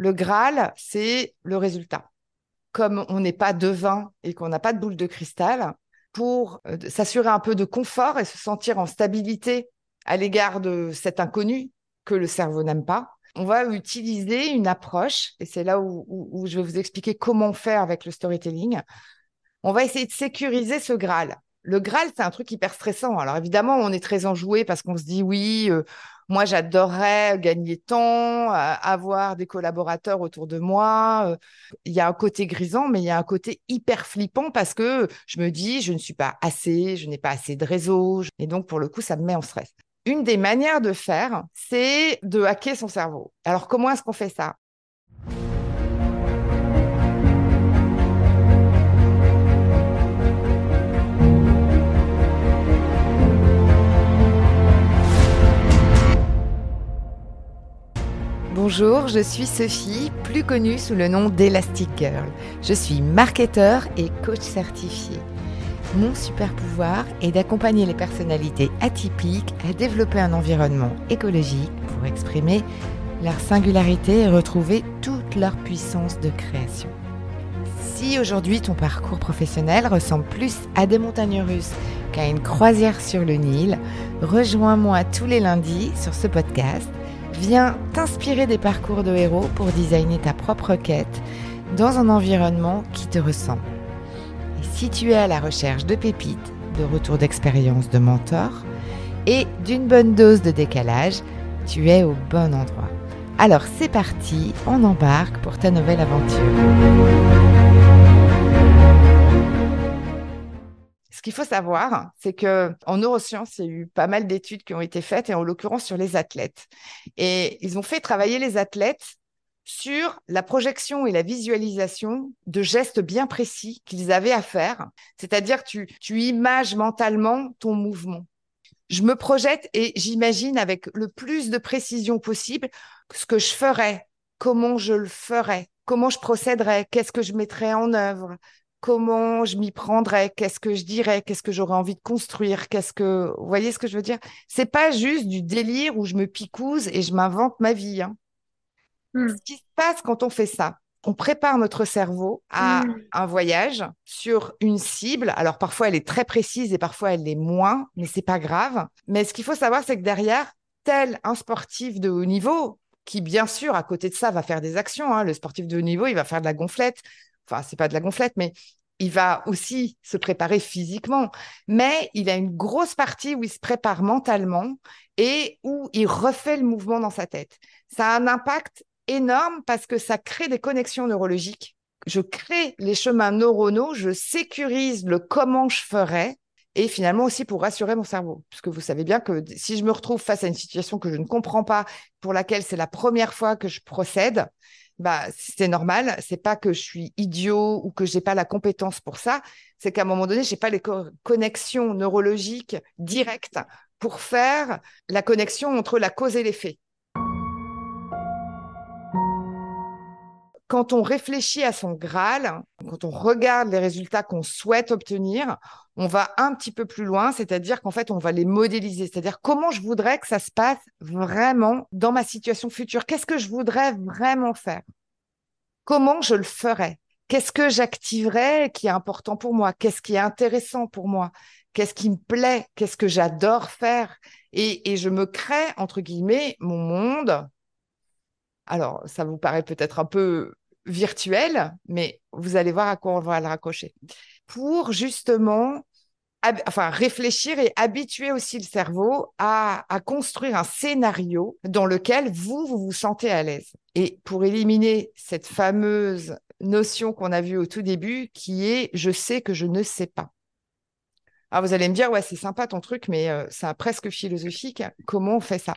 Le Graal, c'est le résultat. Comme on n'est pas devin et qu'on n'a pas de boule de cristal, pour s'assurer un peu de confort et se sentir en stabilité à l'égard de cet inconnu que le cerveau n'aime pas, on va utiliser une approche, et c'est là où je vais vous expliquer comment faire avec le storytelling. On va essayer de sécuriser ce Graal. Le Graal, c'est un truc hyper stressant. Alors évidemment, on est très enjoué parce qu'on se dit oui, moi j'adorerais gagner temps, avoir des collaborateurs autour de moi. Il y a un côté grisant, mais il y a un côté hyper flippant parce que je me dis je ne suis pas assez, je n'ai pas assez de réseau. Et donc pour le coup, ça me met en stress. Une des manières de faire, c'est de hacker son cerveau. Alors comment est-ce qu'on fait ça? Bonjour, je suis Sophie, plus connue sous le nom d'Elastic Girl. Je suis marketeur et coach certifié. Mon super pouvoir est d'accompagner les personnalités atypiques à développer un environnement écologique pour exprimer leur singularité et retrouver toute leur puissance de création. Si aujourd'hui ton parcours professionnel ressemble plus à des montagnes russes qu'à une croisière sur le Nil, rejoins-moi tous les lundis sur ce podcast. Viens t'inspirer des parcours de héros pour designer ta propre quête dans un environnement qui te ressemble. Et si tu es à la recherche de pépites, de retours d'expérience de mentors et d'une bonne dose de décalage, tu es au bon endroit. Alors c'est parti, on embarque pour ta nouvelle aventure. Ce qu'il faut savoir, c'est que en neurosciences, il y a eu pas mal d'études qui ont été faites, et en l'occurrence sur les athlètes. Et ils ont fait travailler les athlètes sur la projection et la visualisation de gestes bien précis qu'ils avaient à faire. C'est-à-dire, tu images mentalement ton mouvement. Je me projette et j'imagine avec le plus de précision possible ce que je ferais, comment je le ferais, comment je procéderais, qu'est-ce que je mettrais en œuvre, comment je m'y prendrais, qu'est-ce que je dirais, qu'est-ce que j'aurais envie de construire, vous voyez ce que je veux dire? C'est pas juste du délire où je me picouse et je m'invente ma vie, hein. Ce Hmm. qui se passe quand on fait ça, on prépare notre cerveau à Hmm. un voyage sur une cible. Alors parfois elle est très précise et parfois elle l'est moins, mais c'est pas grave. Mais ce qu'il faut savoir, c'est que derrière, tel un sportif de haut niveau, qui bien sûr à côté de ça va faire des actions, hein, le sportif de haut niveau, il va faire de la gonflette. Enfin, c'est pas de la gonflette, mais il va aussi se préparer physiquement. Mais il a une grosse partie où il se prépare mentalement et où il refait le mouvement dans sa tête. Ça a un impact énorme parce que ça crée des connexions neurologiques. Je crée les chemins neuronaux, je sécurise le comment je ferais et finalement aussi pour rassurer mon cerveau. Parce que vous savez bien que si je me retrouve face à une situation que je ne comprends pas, pour laquelle c'est la première fois que je procède, bah, c'est normal. C'est pas que je suis idiot ou que j'ai pas la compétence pour ça. C'est qu'à un moment donné, j'ai pas les connexions neurologiques directes pour faire la connexion entre la cause et l'effet. Quand on réfléchit à son Graal, quand on regarde les résultats qu'on souhaite obtenir, on va un petit peu plus loin, c'est-à-dire qu'en fait, on va les modéliser, c'est-à-dire comment je voudrais que ça se passe vraiment dans ma situation future. Qu'est-ce que je voudrais vraiment faire? Comment je le ferais? Qu'est-ce que j'activerais qui est important pour moi? Qu'est-ce qui est intéressant pour moi? Qu'est-ce qui me plaît? Qu'est-ce que j'adore faire? Et je me crée, entre guillemets, mon monde. Alors, ça vous paraît peut-être un peu virtuel, mais vous allez voir à quoi on va le raccrocher. Pour justement réfléchir et habituer aussi le cerveau à construire un scénario dans lequel vous vous sentez à l'aise. Et pour éliminer cette fameuse notion qu'on a vue au tout début, qui est je sais que je ne sais pas. Alors vous allez me dire, ouais, c'est sympa ton truc, mais c'est presque philosophique. Comment on fait ça?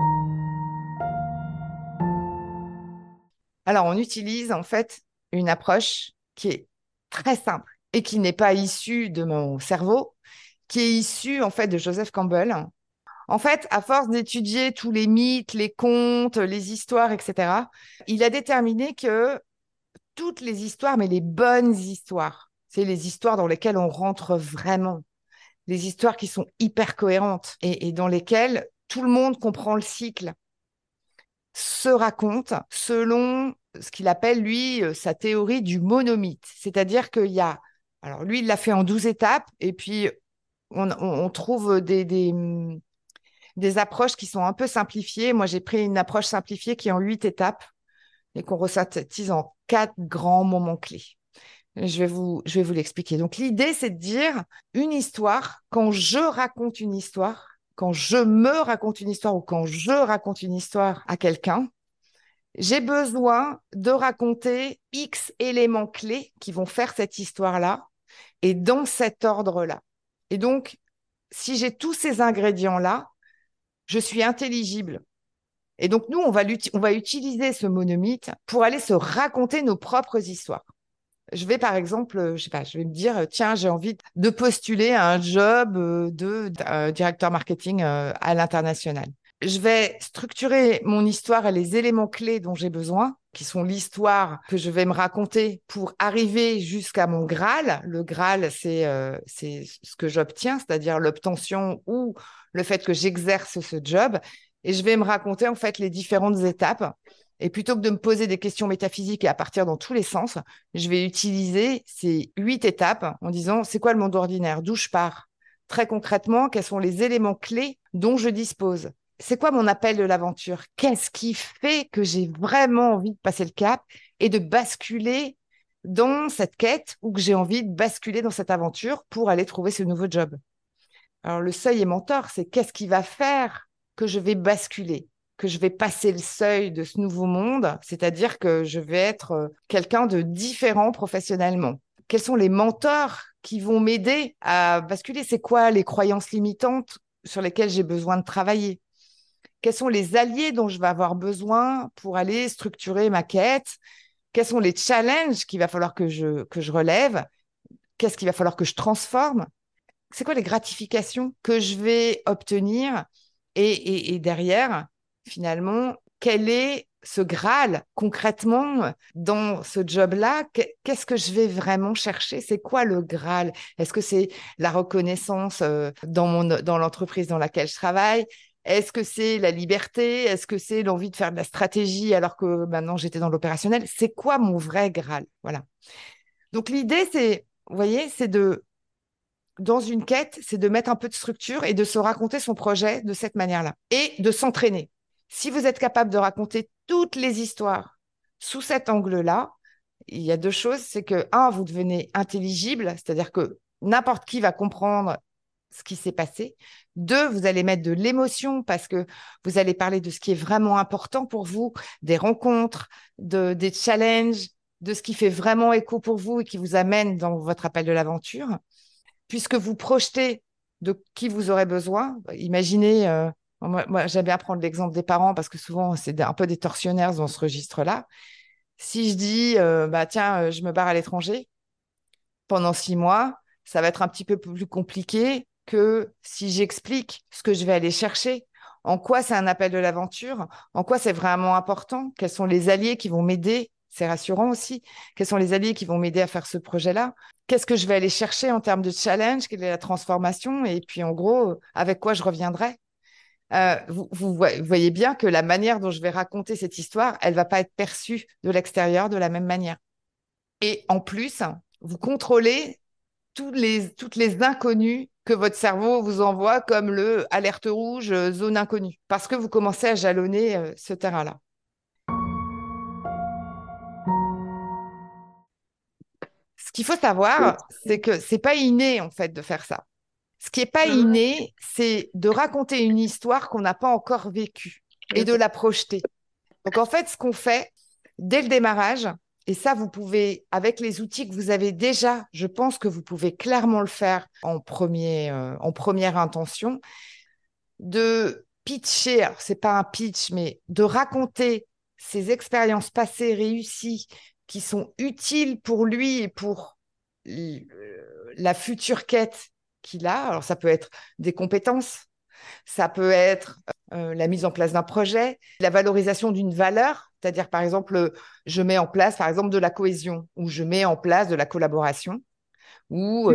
Alors, on utilise en fait une approche qui est très simple et qui n'est pas issue de mon cerveau, qui est issue en fait de Joseph Campbell. En fait, à force d'étudier tous les mythes, les contes, les histoires, etc., il a déterminé que toutes les histoires, mais les bonnes histoires, c'est les histoires dans lesquelles on rentre vraiment, les histoires qui sont hyper cohérentes et dans lesquelles tout le monde comprend le cycle, se racontent selon ce qu'il appelle, lui, sa théorie du monomythe. C'est-à-dire qu'il y a, alors lui, il l'a fait en 12 étapes, et puis on trouve des approches qui sont un peu simplifiées. Moi, j'ai pris une approche simplifiée qui est en 8 étapes et qu'on resynthétise en 4 grands moments clés. Je vais vous l'expliquer. Donc, l'idée, c'est de dire une histoire, quand je raconte une histoire, quand je me raconte une histoire ou quand je raconte une histoire à quelqu'un, j'ai besoin de raconter X éléments clés qui vont faire cette histoire-là et dans cet ordre-là. Et donc, si j'ai tous ces ingrédients-là, je suis intelligible. Et donc, nous, on va utiliser ce monomythe pour aller se raconter nos propres histoires. Je vais, par exemple, je sais pas, je vais me dire, tiens, j'ai envie de postuler à un job de directeur marketing à l'international. Je vais structurer mon histoire et les éléments clés dont j'ai besoin, qui sont l'histoire que je vais me raconter pour arriver jusqu'à mon Graal. Le Graal, c'est ce que j'obtiens, c'est-à-dire l'obtention ou le fait que j'exerce ce job. Et je vais me raconter en fait les différentes étapes. Et plutôt que de me poser des questions métaphysiques et à partir dans tous les sens, je vais utiliser ces 8 étapes en disant, c'est quoi le monde ordinaire? D'où je pars? Très concrètement, quels sont les éléments clés dont je dispose? C'est quoi mon appel de l'aventure? Qu'est-ce qui fait que j'ai vraiment envie de passer le cap et de basculer dans cette quête ou que j'ai envie de basculer dans cette aventure pour aller trouver ce nouveau job? Alors, le seuil est mentor, c'est qu'est-ce qui va faire que je vais basculer, que je vais passer le seuil de ce nouveau monde, c'est-à-dire que je vais être quelqu'un de différent professionnellement. Quels sont les mentors qui vont m'aider à basculer? C'est quoi les croyances limitantes sur lesquelles j'ai besoin de travailler? Quels sont les alliés dont je vais avoir besoin pour aller structurer ma quête? Quels sont les challenges qu'il va falloir que je relève? Qu'est-ce qu'il va falloir que je transforme? C'est quoi les gratifications que je vais obtenir et derrière, finalement, quel est ce Graal concrètement dans ce job-là? Qu'est-ce que je vais vraiment chercher? C'est quoi le Graal? Est-ce que c'est la reconnaissance dans l'entreprise dans laquelle je travaille? Est-ce que c'est la liberté? Est-ce que c'est l'envie de faire de la stratégie alors que maintenant j'étais dans l'opérationnel? C'est quoi mon vrai Graal? Voilà. Donc l'idée, c'est, vous voyez, c'est de dans une quête, c'est de mettre un peu de structure et de se raconter son projet de cette manière-là et de s'entraîner. Si vous êtes capable de raconter toutes les histoires sous cet angle-là, il y a deux choses, c'est que, un, vous devenez intelligible, c'est-à-dire que n'importe qui va comprendre ce qui s'est passé. Deux, vous allez mettre de l'émotion parce que vous allez parler de ce qui est vraiment important pour vous, des rencontres, des challenges, de ce qui fait vraiment écho pour vous et qui vous amène dans votre appel de l'aventure puisque vous projetez de qui vous aurez besoin. Imaginez, moi j'aime bien prendre l'exemple des parents parce que souvent c'est un peu des tortionnaires dans ce registre-là. Si je dis, bah tiens, je me barre à l'étranger pendant 6 mois, ça va être un petit peu plus compliqué que si j'explique ce que je vais aller chercher, en quoi c'est un appel de l'aventure, en quoi c'est vraiment important, quels sont les alliés qui vont m'aider, c'est rassurant aussi, quels sont les alliés qui vont m'aider à faire ce projet-là, qu'est-ce que je vais aller chercher en termes de challenge, quelle est la transformation, et puis en gros, avec quoi je reviendrai. Vous voyez bien que la manière dont je vais raconter cette histoire, elle va pas être perçue de l'extérieur de la même manière. Et en plus, vous contrôlez toutes les inconnues que votre cerveau vous envoie comme le alerte rouge, zone inconnue, parce que vous commencez à jalonner ce terrain-là. Ce qu'il faut savoir, c'est que c'est pas inné en fait de faire ça. Ce qui est pas inné, c'est de raconter une histoire qu'on n'a pas encore vécue et de la projeter. Donc en fait, ce qu'on fait dès le démarrage, et ça, vous pouvez, avec les outils que vous avez déjà, je pense que vous pouvez clairement le faire en première intention, de pitcher, alors c'est pas un pitch, mais de raconter ses expériences passées réussies qui sont utiles pour lui et pour la future quête qu'il a. Alors ça peut être des compétences, ça peut être la mise en place d'un projet, la valorisation d'une valeur, c'est-à-dire par exemple, je mets en place par exemple de la cohésion ou je mets en place de la collaboration ou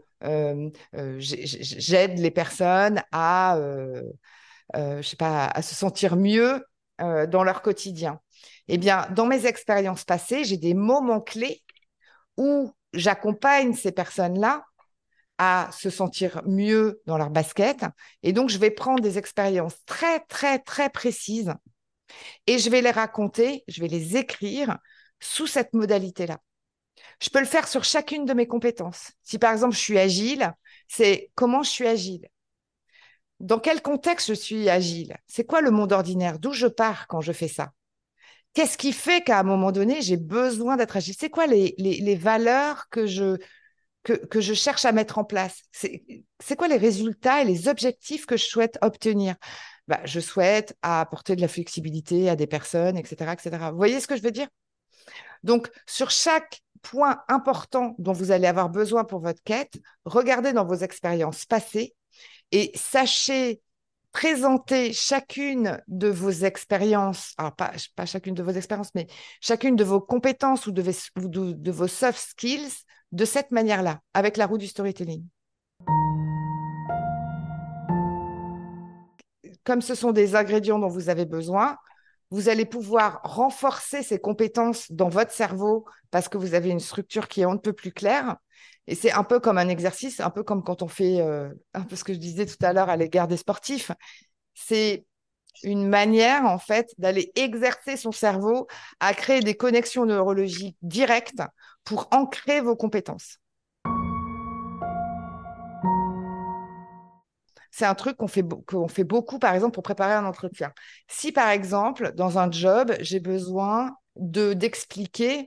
j'aide les personnes je sais pas, à se sentir mieux dans leur quotidien. Eh bien, dans mes expériences passées, j'ai des moments clés où j'accompagne ces personnes-là à se sentir mieux dans leur basket. Et donc, je vais prendre des expériences très, très, très précises et je vais les raconter, je vais les écrire sous cette modalité-là. Je peux le faire sur chacune de mes compétences. Si par exemple, je suis agile, c'est comment je suis agile. Dans quel contexte je suis agile? C'est quoi le monde ordinaire? D'où je pars quand je fais ça? Qu'est-ce qui fait qu'à un moment donné, j'ai besoin d'être agile? C'est quoi les valeurs que je cherche à mettre en place? C'est quoi les résultats et les objectifs que je souhaite obtenir? Bah, je souhaite apporter de la flexibilité à des personnes, etc., etc. Vous voyez ce que je veux dire? Donc, sur chaque point important dont vous allez avoir besoin pour votre quête, regardez dans vos expériences passées et sachez présenter chacune de vos expériences, alors pas chacune de vos expériences, mais chacune de vos compétences ou de vos soft skills de cette manière-là, avec la roue du storytelling. Comme ce sont des ingrédients dont vous avez besoin, vous allez pouvoir renforcer ces compétences dans votre cerveau parce que vous avez une structure qui est un peu plus claire. Et c'est un peu comme un exercice, un peu comme quand on fait un peu ce que je disais tout à l'heure à l'égard des sportifs. C'est une manière, en fait, d'aller exercer son cerveau à créer des connexions neurologiques directes pour ancrer vos compétences. C'est un truc qu'on fait beaucoup, par exemple, pour préparer un entretien. Si, par exemple, dans un job, j'ai besoin d'expliquer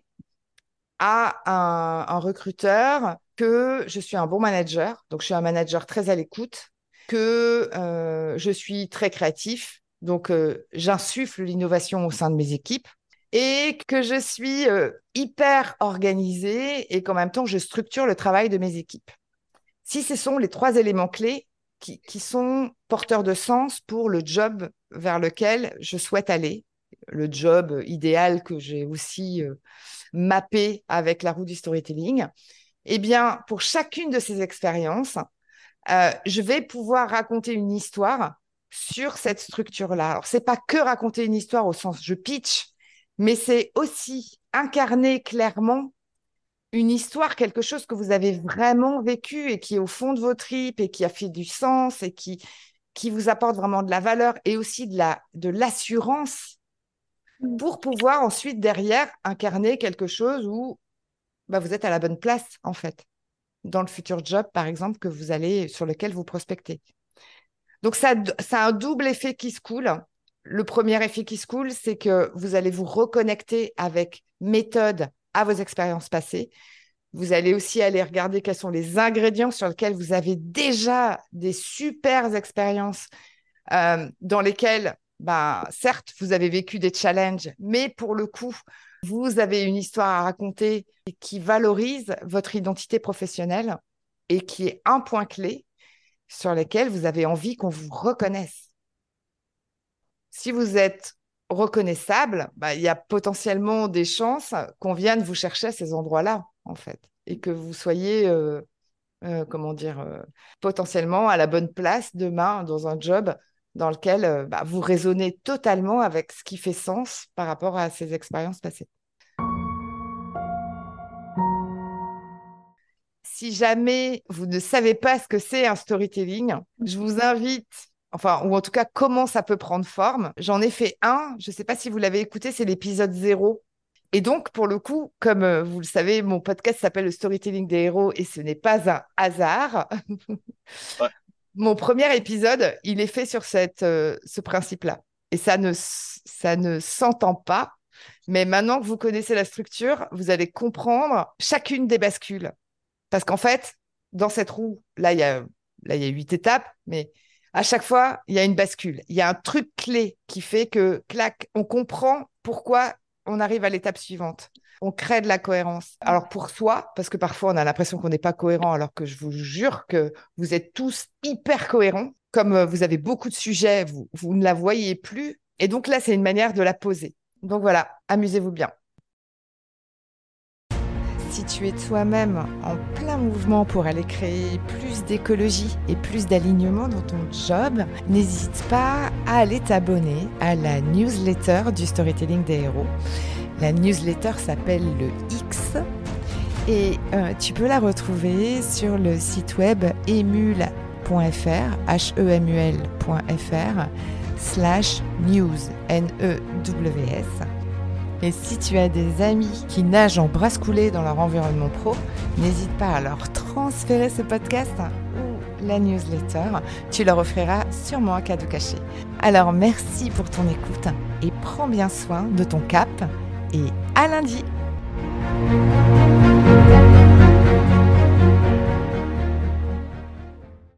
à un recruteur que je suis un bon manager, donc je suis un manager très à l'écoute, que je suis très créatif, donc j'insuffle l'innovation au sein de mes équipes, et que je suis hyper organisée et qu'en même temps, je structure le travail de mes équipes. Si ce sont les trois éléments clés qui sont porteurs de sens pour le job vers lequel je souhaite aller, le job idéal que j'ai aussi mappé avec la roue du storytelling, eh bien, pour chacune de ces expériences, je vais pouvoir raconter une histoire sur cette structure-là. Alors, c'est pas que raconter une histoire au sens je pitch, mais c'est aussi incarner clairement une histoire, quelque chose que vous avez vraiment vécu et qui est au fond de vos tripes et qui a fait du sens et qui vous apporte vraiment de la valeur et aussi de l'assurance pour pouvoir ensuite derrière incarner quelque chose où bah, vous êtes à la bonne place en fait dans le futur job par exemple que vous allez sur lequel vous prospectez. Donc ça a un double effet qui se coule. Le premier effet qui se coule, c'est que vous allez vous reconnecter avec méthode à vos expériences passées. Vous allez aussi aller regarder quels sont les ingrédients sur lesquels vous avez déjà des super expériences dans lesquelles, bah, certes, vous avez vécu des challenges, mais pour le coup, vous avez une histoire à raconter qui valorise votre identité professionnelle et qui est un point clé sur lequel vous avez envie qu'on vous reconnaisse. Si vous êtes reconnaissable, bah, il y a potentiellement des chances qu'on vienne vous chercher à ces endroits-là, en fait, et que vous soyez, comment dire, potentiellement à la bonne place demain dans un job dans lequel bah, vous raisonnez totalement avec ce qui fait sens par rapport à ces expériences passées. Si jamais vous ne savez pas ce que c'est un storytelling, je vous invite, enfin, ou en tout cas, comment ça peut prendre forme. J'en ai fait un, je ne sais pas si vous l'avez écouté, c'est l'épisode 0. Et donc, pour le coup, comme vous le savez, mon podcast s'appelle Le Storytelling des héros et ce n'est pas un hasard. Ouais. Mon premier épisode, il est fait sur ce principe-là. Et ça ne s'entend pas. Mais maintenant que vous connaissez la structure, vous allez comprendre chacune des bascules. Parce qu'en fait, dans cette roue, là, il y a 8 étapes, mais à chaque fois, il y a une bascule. Il y a un truc clé qui fait que, clac, on comprend pourquoi on arrive à l'étape suivante. On crée de la cohérence. Alors pour soi, parce que parfois on a l'impression qu'on n'est pas cohérent, alors que je vous jure que vous êtes tous hyper cohérents. Comme vous avez beaucoup de sujets, vous ne la voyez plus. Et donc là, c'est une manière de la poser. Donc voilà, amusez-vous bien. si tu es toi-même en plein mouvement pour aller créer plus d'écologie et plus d'alignement dans ton job, n'hésite pas à aller t'abonner à la newsletter du Storytelling des héros. La newsletter s'appelle le X et tu peux la retrouver sur le site web emul.fr, hemul.fr/news, N-E-W-S. Et si tu as des amis qui nagent en brasse coulée dans leur environnement pro, n'hésite pas à leur transférer ce podcast ou la newsletter. Tu leur offriras sûrement un cadeau caché. Alors merci pour ton écoute et prends bien soin de ton cap et à lundi.